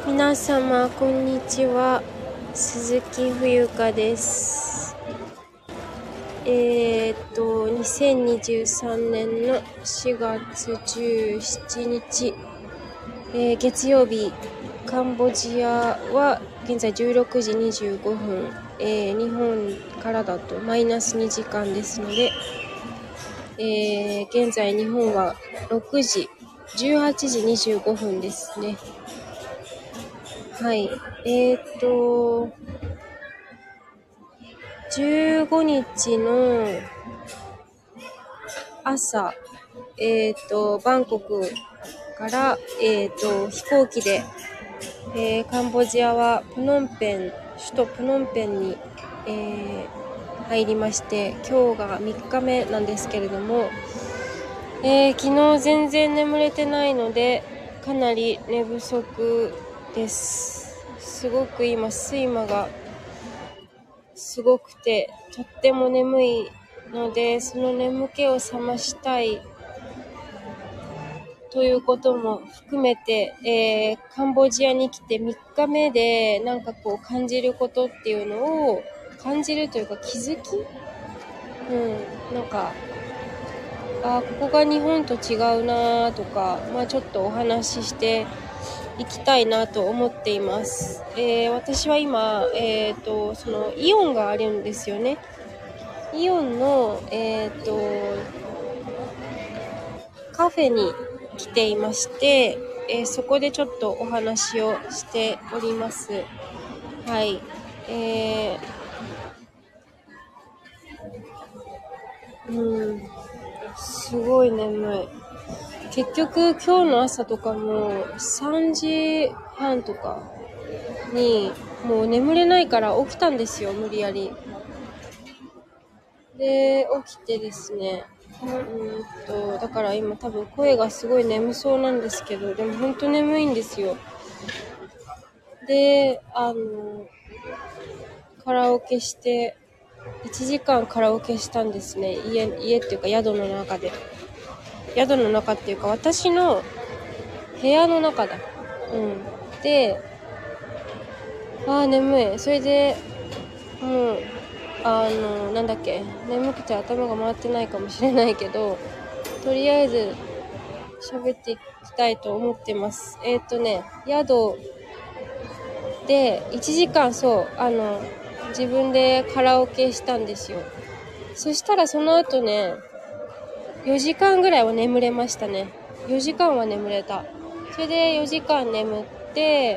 皆様こんにちは、鈴木冬香です。2023年の4月17日、月曜日、カンボジアは現在16時25分、日本からだとマイナス2時間ですので、現在日本は18時25分ですね。はい。15日の朝、バンコクから、飛行機で、カンボジアは首都プノンペンに、入りまして、今日が3日目なんですけれども、昨日全然眠れてないので、かなり寝不足です。すごく今、睡魔がすごくて、とっても眠いので、その眠気を覚ましたいということも含めて、カンボジアに来て3日目でなんかこう感じることっていうのを感じるというか気づき、なんかここが日本と違うなとか、ちょっとお話ししていきたいなと思っています。私は今、そのイオンがあるんですよね。イオンの、カフェに来ていまして、そこでちょっとお話をしております。はい。すごい眠い。結局今日の朝とかも3時半とかにもう眠れないから起きたんですよ、無理やり。で、起きてですね、だから今多分声がすごい眠そうなんですけど、でもほんと眠いんですよ。で、カラオケして、1時間カラオケしたんですね。家っていうか宿の中で。宿の中っていうか私の部屋の中だ。で、眠い。それで、もう、なんだっけ、眠くて頭が回ってないかもしれないけど、とりあえず喋っていきたいと思ってます。宿で1時間自分でカラオケしたんですよ。そしたらその後ね、4時間ぐらいは眠れましたね。4時間は眠れた。それで4時間眠って、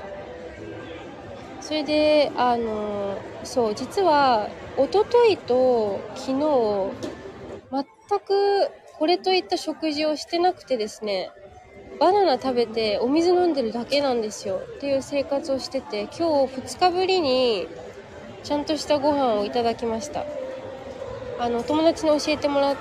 それで、実は、一昨日と昨日、全くこれといった食事をしてなくてですね、バナナ食べてお水飲んでるだけなんですよっていう生活をしてて、今日2日ぶりにちゃんとしたご飯をいただきました。友達に教えてもらった、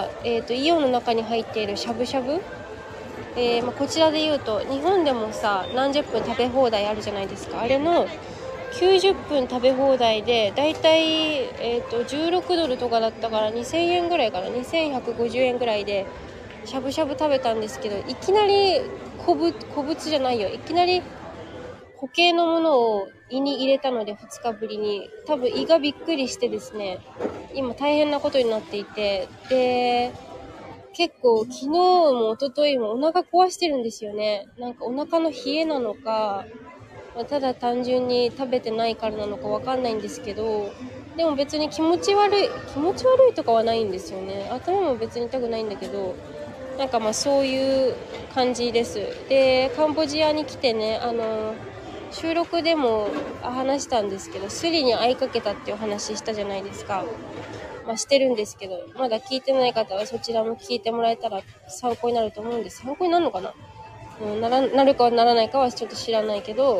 イオンの中に入っているしゃぶしゃぶ、こちらで言うと日本でもさ何十分食べ放題あるじゃないですか。あれの90分食べ放題でだいたい16ドルとかだったから2000円ぐらいかな、2150円ぐらいでしゃぶしゃぶ食べたんですけど、いきなり古物じゃないよ、いきなり固形のものを胃に入れたので2日ぶりに多分胃がびっくりしてですね、今大変なことになっていて、で結構昨日も一昨日もお腹壊してるんですよね。なんかお腹の冷えなのか、ただ単純に食べてないからなのかわかんないんですけど、でも別に気持ち悪いとかはないんですよね。頭も別に痛くないんだけど、なんかそういう感じです。で、カンボジアに来てね、収録でも話したんですけど、スリに会いかけたっていう話したじゃないですか。してるんですけど、まだ聞いてない方はそちらも聞いてもらえたら参考になると思うんです。参考になるのかな？なるかならないかはちょっと知らないけど、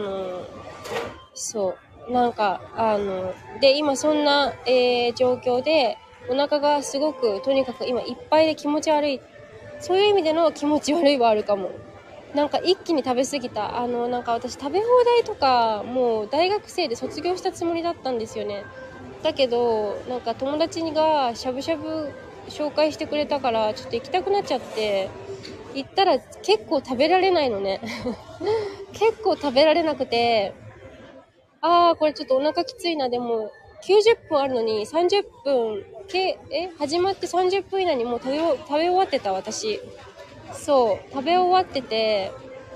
で、今そんな、状況で、お腹がすごく、とにかく今いっぱいで気持ち悪い。そういう意味での気持ち悪いはあるかも。なんか一気に食べ過ぎた。なんか私食べ放題とか、もう大学生で卒業したつもりだったんですよね。だけど、なんか友達がしゃぶしゃぶ紹介してくれたから、ちょっと行きたくなっちゃって、行ったら結構食べられないのね。 結構食べられなくて、これちょっとお腹きついな。でも、90分あるのに30分、始まって30分以内にもう食べ終わってた、私。そう、食べ終わってて、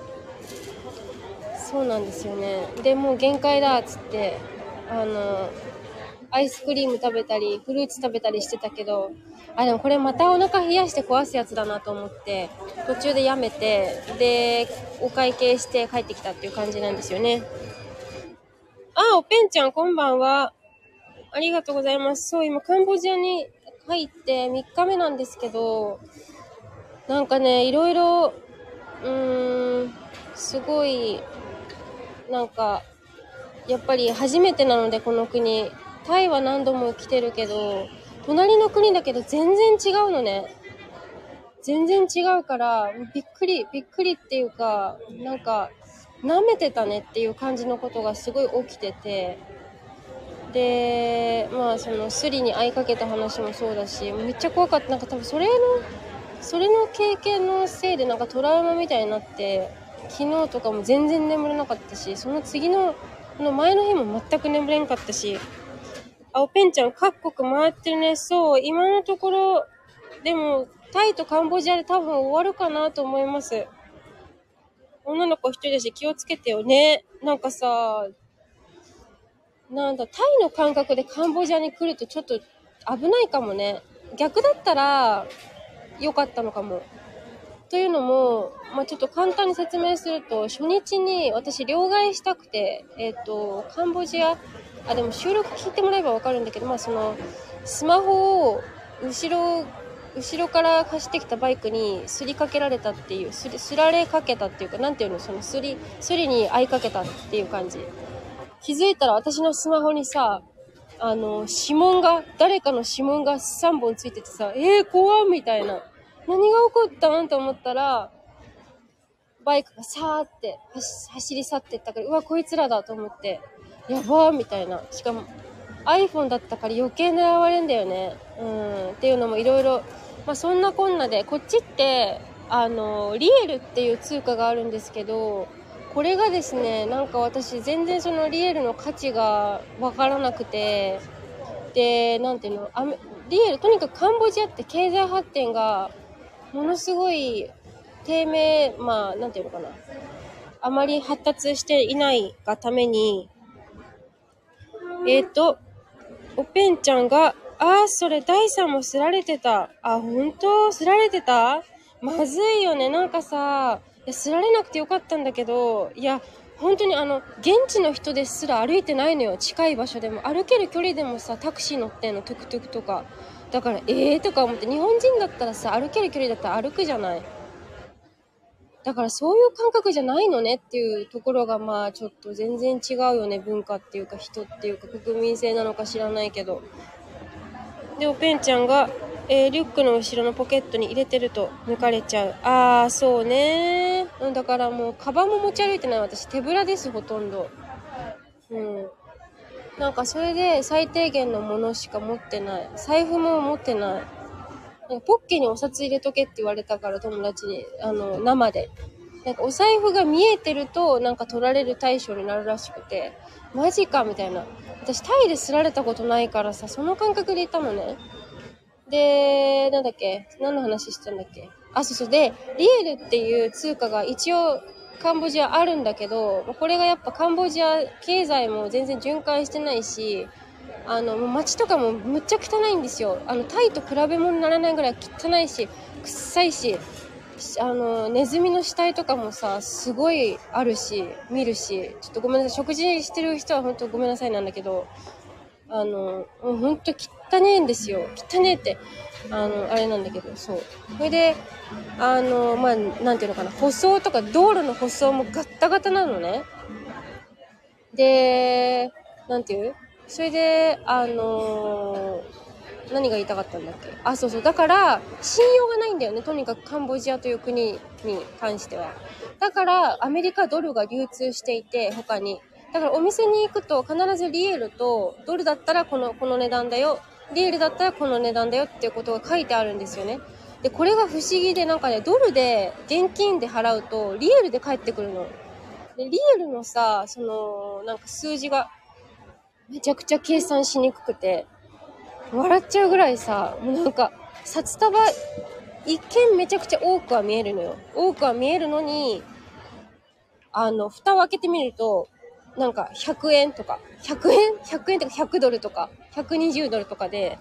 そうなんですよね。で、もう限界だっつって、アイスクリーム食べたり、フルーツ食べたりしてたけど、でもこれまたお腹冷やして壊すやつだなと思って、途中でやめて、で、お会計して帰ってきたっていう感じなんですよね。おぺんちゃん、こんばんは。ありがとうございます。そう、今、カンボジアに入って3日目なんですけど、なんかね、いろいろ、すごい、なんか、やっぱり初めてなので、この国。タイは何度も来てるけど、隣の国だけど全然違うのね。全然違うから、びっくりっていうか、なんか、舐めてたねっていう感じのことがすごい起きてて、で、まあ、そのスリに会いかけた話もそうだし、めっちゃ怖かった。なんか多分それの経験のせいでなんかトラウマみたいになって、昨日とかも全然眠れなかったし、その次の、前の日も全く眠れんかったし、おぺんちゃん、各国回ってるね。そう、今のところ、でも、タイとカンボジアで多分終わるかなと思います。女の子一人だし気をつけてよね。なんかさ、なんだ、タイの感覚でカンボジアに来るとちょっと危ないかもね。逆だったら良かったのかも。というのも、ちょっと簡単に説明すると、初日に私両替したくて、カンボジア、でも収録聞いてもらえばわかるんだけど、その、スマホを後ろから走ってきたバイクにすりかけられたっていう、すられかけたっていうか、なんていうの、そのすりに合いかけたっていう感じ。気づいたら私のスマホにさ、指紋が、誰かの指紋が3本ついててさ、怖っみたいな。何が起こったんと思ったら、バイクがさーって走り去ってったから、うわ、こいつらだと思って、やばーみたいな。しかも iPhone だったから余計狙われんだよね。っていうのもいろいろ、そんなこんなで、こっちって、リエルっていう通貨があるんですけど、これがですね、なんか私全然そのリエルの価値がわからなくて、で、なんていうの、リエル、とにかくカンボジアって経済発展がものすごい低迷、なんていうのかな。あまり発達していないがために、おぺんちゃんが、それ、第3もすられてた。本当すられてた？まずいよね。なんかさ、すられなくてよかったんだけど、いや、本当に現地の人ですら歩いてないのよ。近い場所でも。歩ける距離でもさ、タクシー乗ってんの、トゥクトゥクとか。だから、とか思って、日本人だったらさ、歩ける距離だったら歩くじゃない。だからそういう感覚じゃないのねっていうところがちょっと全然違うよね。文化っていうか人っていうか国民性なのか知らないけど。で、おぺんちゃんが、リュックの後ろのポケットに入れてると抜かれちゃう。そうね。だからもうカバンも持ち歩いてない。私手ぶらです、ほとんど。なんかそれで最低限のものしか持ってない。財布も持ってない。ポッケにお札入れとけって言われたから友達に、生で。なんかお財布が見えてるとなんか取られる対象になるらしくて、マジかみたいな。私タイですられたことないからさ、その感覚でいたのね。で、なんだっけ、何の話してたんだっけ。そうで、リエルっていう通貨が一応カンボジアあるんだけど、これがやっぱカンボジア経済も全然循環してないし、もう街とかもむっちゃ汚いんですよ。タイと比べ物にならないぐらい汚いし、臭いし、ネズミの死体とかもさ、すごいあるし、見るし、ちょっとごめんなさい。食事してる人は本当ごめんなさいなんだけど、もう本当汚ねえんですよ。汚ねえって、あれなんだけど、そう。それで、なんていうのかな、舗装とか道路の舗装もガッタガタなのね。で、なんていう？それで、何が言いたかったんだっけ？そう。だから、信用がないんだよね。とにかくカンボジアという国に関しては。だから、アメリカドルが流通していて、他に。だからお店に行くと必ずリエルとドルだったらこの値段だよ。リエルだったらこの値段だよっていうことが書いてあるんですよね。で、これが不思議でなんかね、ドルで現金で払うとリエルで返ってくるの。 で、リアルのさ、なんか数字がめちゃくちゃ計算しにくくて、笑っちゃうぐらいさ、もうなんか、札束、一見めちゃくちゃ多くは見えるのよ。多くは見えるのに、蓋を開けてみると、なんか100円とか、100円 ?100 円とか100ドルとか、120ドルとかで、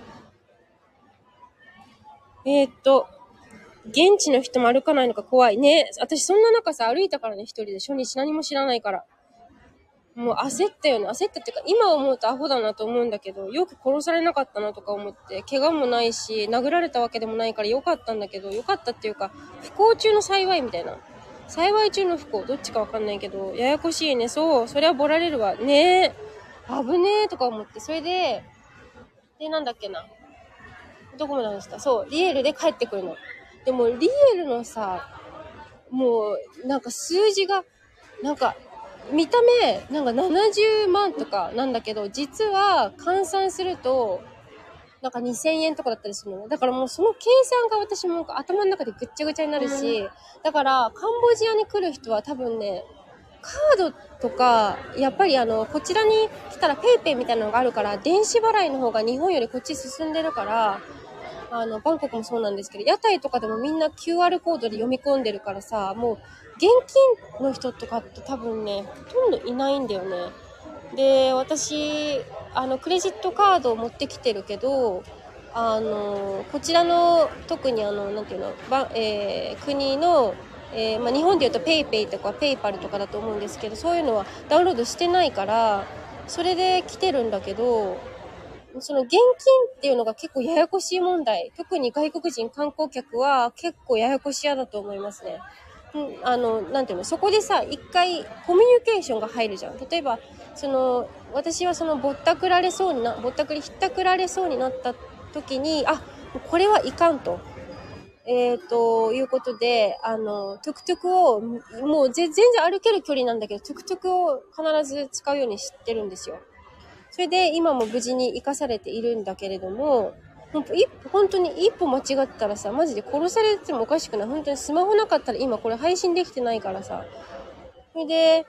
現地の人も歩かないのか怖いね。私そんな中さ、歩いたからね、一人で初日何も知らないから。もう焦ったよね。焦ったっていうか、今思うとアホだなと思うんだけど、よく殺されなかったなとか思って、怪我もないし、殴られたわけでもないからよかったんだけど、よかったっていうか、不幸中の幸いみたいな。幸い中の不幸、どっちかわかんないけど、ややこしいね。そう、それはボラれるわ。ねえ。危ねえとか思って、それで、なんだっけな。どこまで話した？そう、リエルで帰ってくるの。でも、リエルのさ、もう、なんか数字が、なんか、見た目、なんか70万とかなんだけど、実は換算すると、なんか2000円とかだったりするのね。だからもうその計算が私も頭の中でぐっちゃぐちゃになるし、だからカンボジアに来る人は多分ね、カードとか、やっぱりこちらに来たらペイペイみたいなのがあるから、電子払いの方が日本よりこっち進んでるから、バンコクもそうなんですけど、屋台とかでもみんな QR コードで読み込んでるからさ、もう現金の人とかって多分ね、ほとんどいないんだよね。で、私、クレジットカードを持ってきてるけど、こちらの、特になんていうの、国の、日本で言うとペイペイとかペイパルとかだと思うんですけど、そういうのはダウンロードしてないから、それで来てるんだけど、その現金っていうのが結構ややこしい問題。特に外国人観光客は結構ややこしやだと思いますね。なんていうの、そこでさ、一回コミュニケーションが入るじゃん。例えば、私はぼったくりひったくられそうになった時に、これはいかんと。いうことで、トゥクトゥクを、もう全然歩ける距離なんだけど、トゥクトゥクを必ず使うようにしてるんですよ。それで今も無事に生かされているんだけれども、本当に一歩間違ったらさ、マジで殺されてもおかしくない。本当にスマホなかったら今これ配信できてないからさ。それで、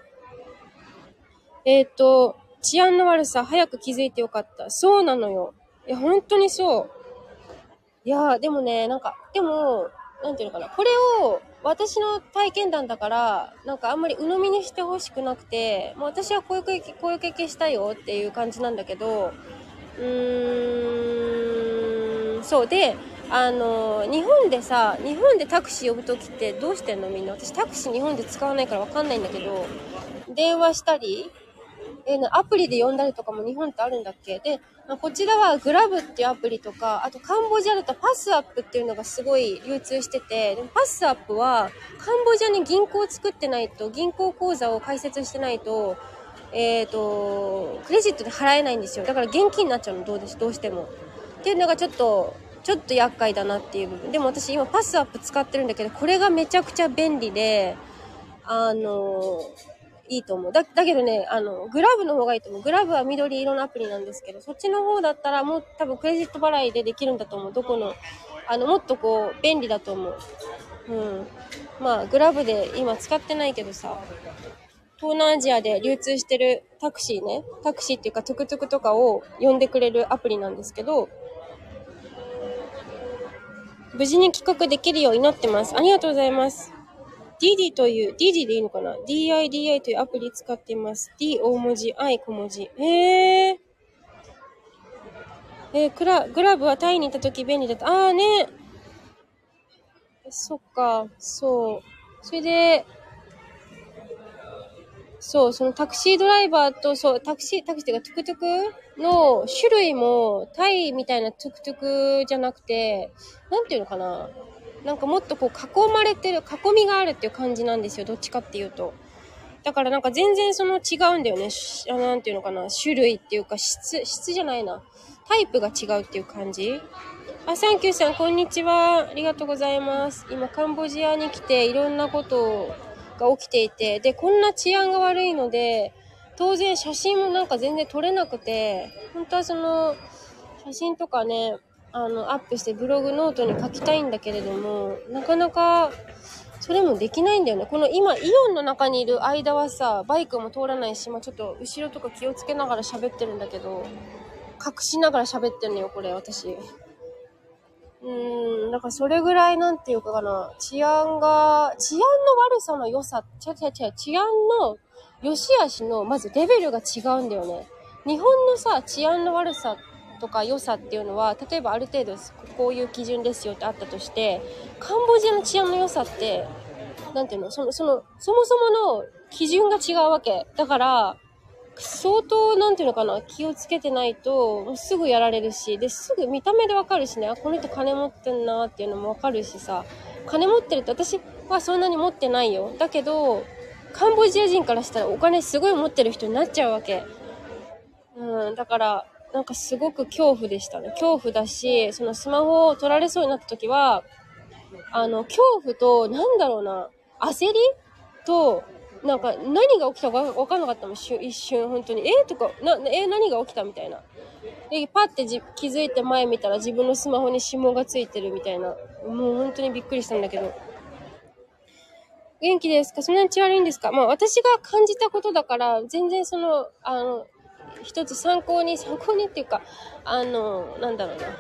治安の悪さ早く気づいてよかった。そうなのよ。いや、本当にそう。いや、でもね、なんていうのかな。これを私の体験談だから、なんかあんまり鵜呑みにしてほしくなくて、もう私はこういう経験したよっていう感じなんだけど、そうで、日本でタクシー呼ぶときってどうしてんのみんな。私タクシー日本で使わないからわかんないんだけど、電話したり、アプリで呼んだりとかも日本ってあるんだっけ？で、こちらはグラブっていうアプリとか、あとカンボジアだとパスアップっていうのがすごい流通してて、でもパスアップはカンボジアに銀行を作ってないと、銀行口座を開設してないと、クレジットで払えないんですよ。だから現金になっちゃうの、どうしても。っていうのがちょっと厄介だなっていう部分。でも私今パスアップ使ってるんだけど、これがめちゃくちゃ便利で、いいと思う。だけどね、グラブの方がいいと思う。グラブは緑色のアプリなんですけど、そっちの方だったらもう多分クレジット払いでできるんだと思う。もっとこう、便利だと思う。まあ、グラブで今使ってないけどさ、東南アジアで流通してるタクシーっていうかトゥクトゥクとかを呼んでくれるアプリなんですけど、無事に帰国できるよう祈ってます。ありがとうございます。DD でいいのかな？ DIDI というアプリ使っています。D 大文字、I 小文字。グラブはタイに行った時便利だった。ね。そっか、そう。それで、そう、そのタクシードライバーと、そう、タクシーっていうかトゥクトゥクの種類もタイみたいなトゥクトゥクじゃなくて、なんていうのかな。なんかもっとこう囲まれてる、囲みがあるっていう感じなんですよ。どっちかっていうと。だからなんか全然違うんだよね。なんていうのかな。種類っていうか質じゃないな。タイプが違うっていう感じ。サンキューさん、こんにちは。ありがとうございます。今、カンボジアに来ていろんなことが起きていて、で、こんな治安が悪いので、当然写真もなんか全然撮れなくて、本当は写真とかね、アップしてブログノートに書きたいんだけれども、なかなか、 それもできないんだよね。この今、イオンの中にいる間はさ、バイクも通らないし、ちょっと後ろとか気をつけながら喋ってるんだけど、隠しながら喋ってんのよ、これ、私。だからそれぐらいなんていうかな、治安の悪さの良さ、治安の良し悪しの、まずレベルが違うんだよね。日本のさ、治安の悪さとか良さっていうのは、例えばある程度こういう基準ですよってあったとして、カンボジアの治安の良さって、なんていうの、そもそもの基準が違うわけ。だから、相当、なんていうのかな、気をつけてないと、すぐやられるし、で、すぐ見た目でわかるしね、この人金持ってんなっていうのもわかるしさ、金持ってるって私はそんなに持ってないよ。だけど、カンボジア人からしたらお金すごい持ってる人になっちゃうわけ。だから、なんかすごく恐怖でしたね。恐怖だし、そのスマホを取られそうになった時は、恐怖と、なんだろうな、焦りと、なんか何が起きたか分かんなかったもん、一瞬本当にとか何が起きたみたいな。でパッて気づいて前見たら自分のスマホに指紋がついてるみたいな。もう本当にびっくりしたんだけど。元気ですか？そんなに血悪いんですか？私が感じたことだから全然一つ参考にっていうかなんだろうな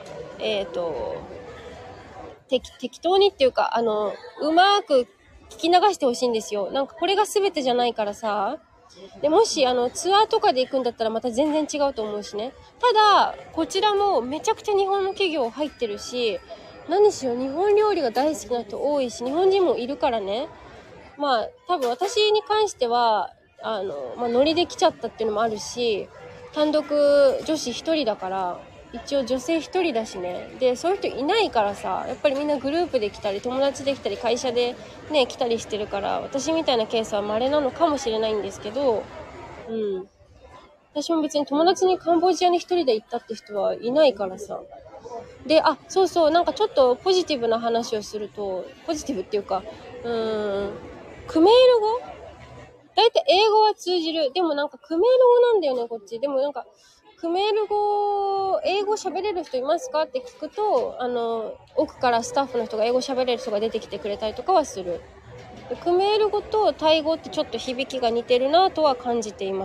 適当にっていうかうまく聞き流してほしいんですよ。なんかこれが全てじゃないからさ。でもしツアーとかで行くんだったらまた全然違うと思うしね。ただこちらもめちゃくちゃ日本の企業入ってるし、何しろ日本料理が大好きな人多いし、日本人もいるからね。多分私に関してはノリで来ちゃったっていうのもあるし、単独女子一人だから一応女性一人だしね。で、そういう人いないからさ、やっぱりみんなグループで来たり、友達で来たり、会社でね、来たりしてるから、私みたいなケースは稀なのかもしれないんですけど、私も別に友達にカンボジアに一人で行ったって人はいないからさ。で、そうそう、なんかちょっとポジティブな話をすると、ポジティブっていうか、クメール語？だいたい英語は通じる。でもなんかクメール語なんだよね、こっち。でもなんか、クメール語、英語喋れる人いますかって聞くと、奥からスタッフの人が英語喋れる人が出てきてくれたりとかはする。クメール語とタイ語ってちょっと響きが似てるなとは感じています。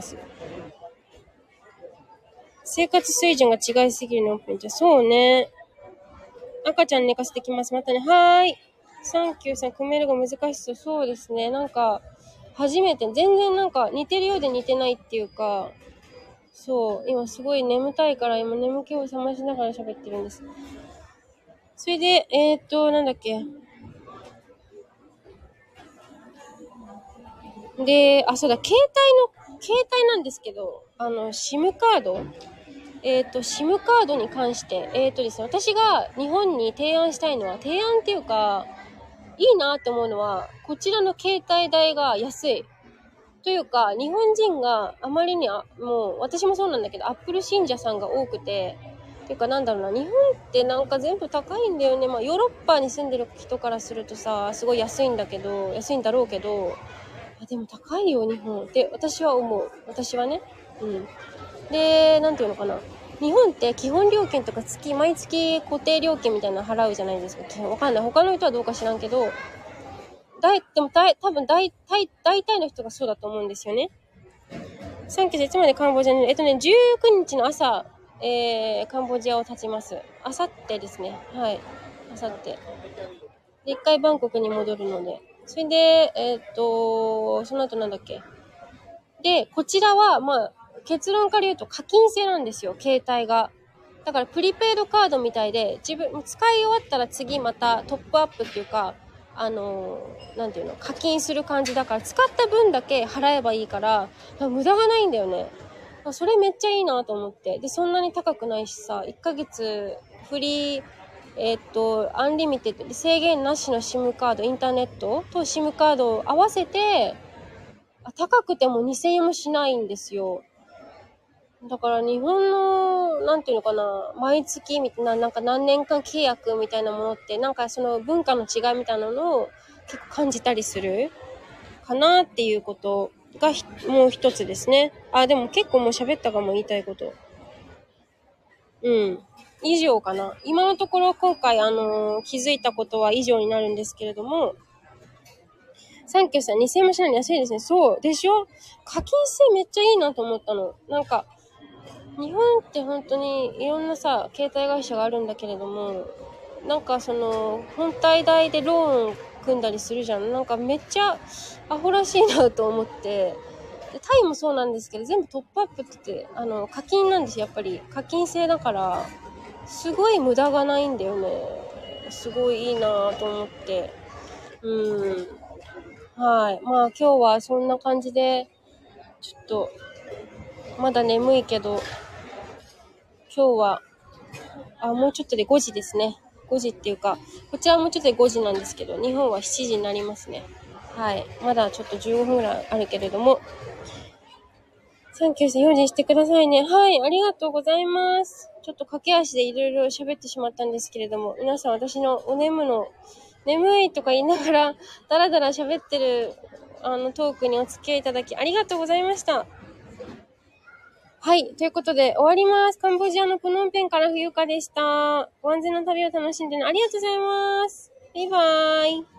生活水準が違いすぎるのオープンじゃ。そうね。赤ちゃん寝かせてきます。またね。はーい。サンキューさん、クメール語難しそう。そうですね。なんか、初めて、全然なんか似てるようで似てないっていうか、そう、今すごい眠たいから今眠気を覚ましながら喋ってるんです。それで、なんだっけ。で、そうだ、携帯なんですけど、SIM カードSIM カードに関して、ですね、私が日本に提案したいのは、提案っていうか、いいなって思うのは、こちらの携帯代が安い。というか、日本人があまりにもう、私もそうなんだけど、アップル信者さんが多くて、っていうかなんだろうな、日本ってなんか全部高いんだよね。ヨーロッパに住んでる人からするとさ、すごい安いんだろうけど、でも高いよ、日本って私は思う。私はね。で、なんていうのかな。日本って基本料金とか毎月固定料金みたいなの払うじゃないですか。わかんない。他の人はどうか知らんけど、でも多分大体の人がそうだと思うんですよね。3期いつまでカンボジアに19日の朝、カンボジアを立ちます。あさってですね。はい。あさって。で、一回バンコクに戻るので。それで、その後なんだっけ。で、こちらは、結論から言うと課金制なんですよ、携帯が。だからプリペイドカードみたいで、使い終わったら次またトップアップっていうか、なんていうの、課金する感じだから、使った分だけ払えばいいから、無駄がないんだよね。それめっちゃいいなと思って。で、そんなに高くないしさ、1ヶ月フリー、アンリミテッドで制限なしの SIM カード、インターネットと SIM カードを合わせて、高くても2000円もしないんですよ。だから日本の、なんていうのかな、毎月みたいな、なんか何年間契約みたいなものって、なんかその文化の違いみたいなのを結構感じたりするかなっていうことがもう一つですね。でも結構もう喋ったかも、言いたいこと。以上かな。今のところ今回気づいたことは以上になるんですけれども、 サンキューさん、2000円もしないの安いですね。そう。でしょ？課金制めっちゃいいなと思ったの。なんか、日本って本当にいろんなさ、携帯会社があるんだけれども、なんかその、本体代でローン組んだりするじゃん。なんかめっちゃアホらしいなと思って、でタイもそうなんですけど、全部トップアップって言って、課金なんですよ、やっぱり。課金制だから、すごい無駄がないんだよね。すごいいいなと思って。はい。まあ今日はそんな感じで、ちょっと、まだ眠いけど、今日は、もうちょっとで5時ですね。5時っていうか、こちらもうちょっとで5時なんですけど、日本は7時になりますね。はい。まだちょっと15分ぐらいあるけれども、サンキューさん用心してくださいね。はい、ありがとうございます。ちょっと駆け足でいろいろ喋ってしまったんですけれども、皆さん私の眠いとか言いながら、だらだら喋ってる、トークにお付き合いいただきありがとうございました。はい。ということで、終わります。カンボジアのプノンペンから冬香でした。ご安全な旅を楽しんでね。ありがとうございます。バイバーイ。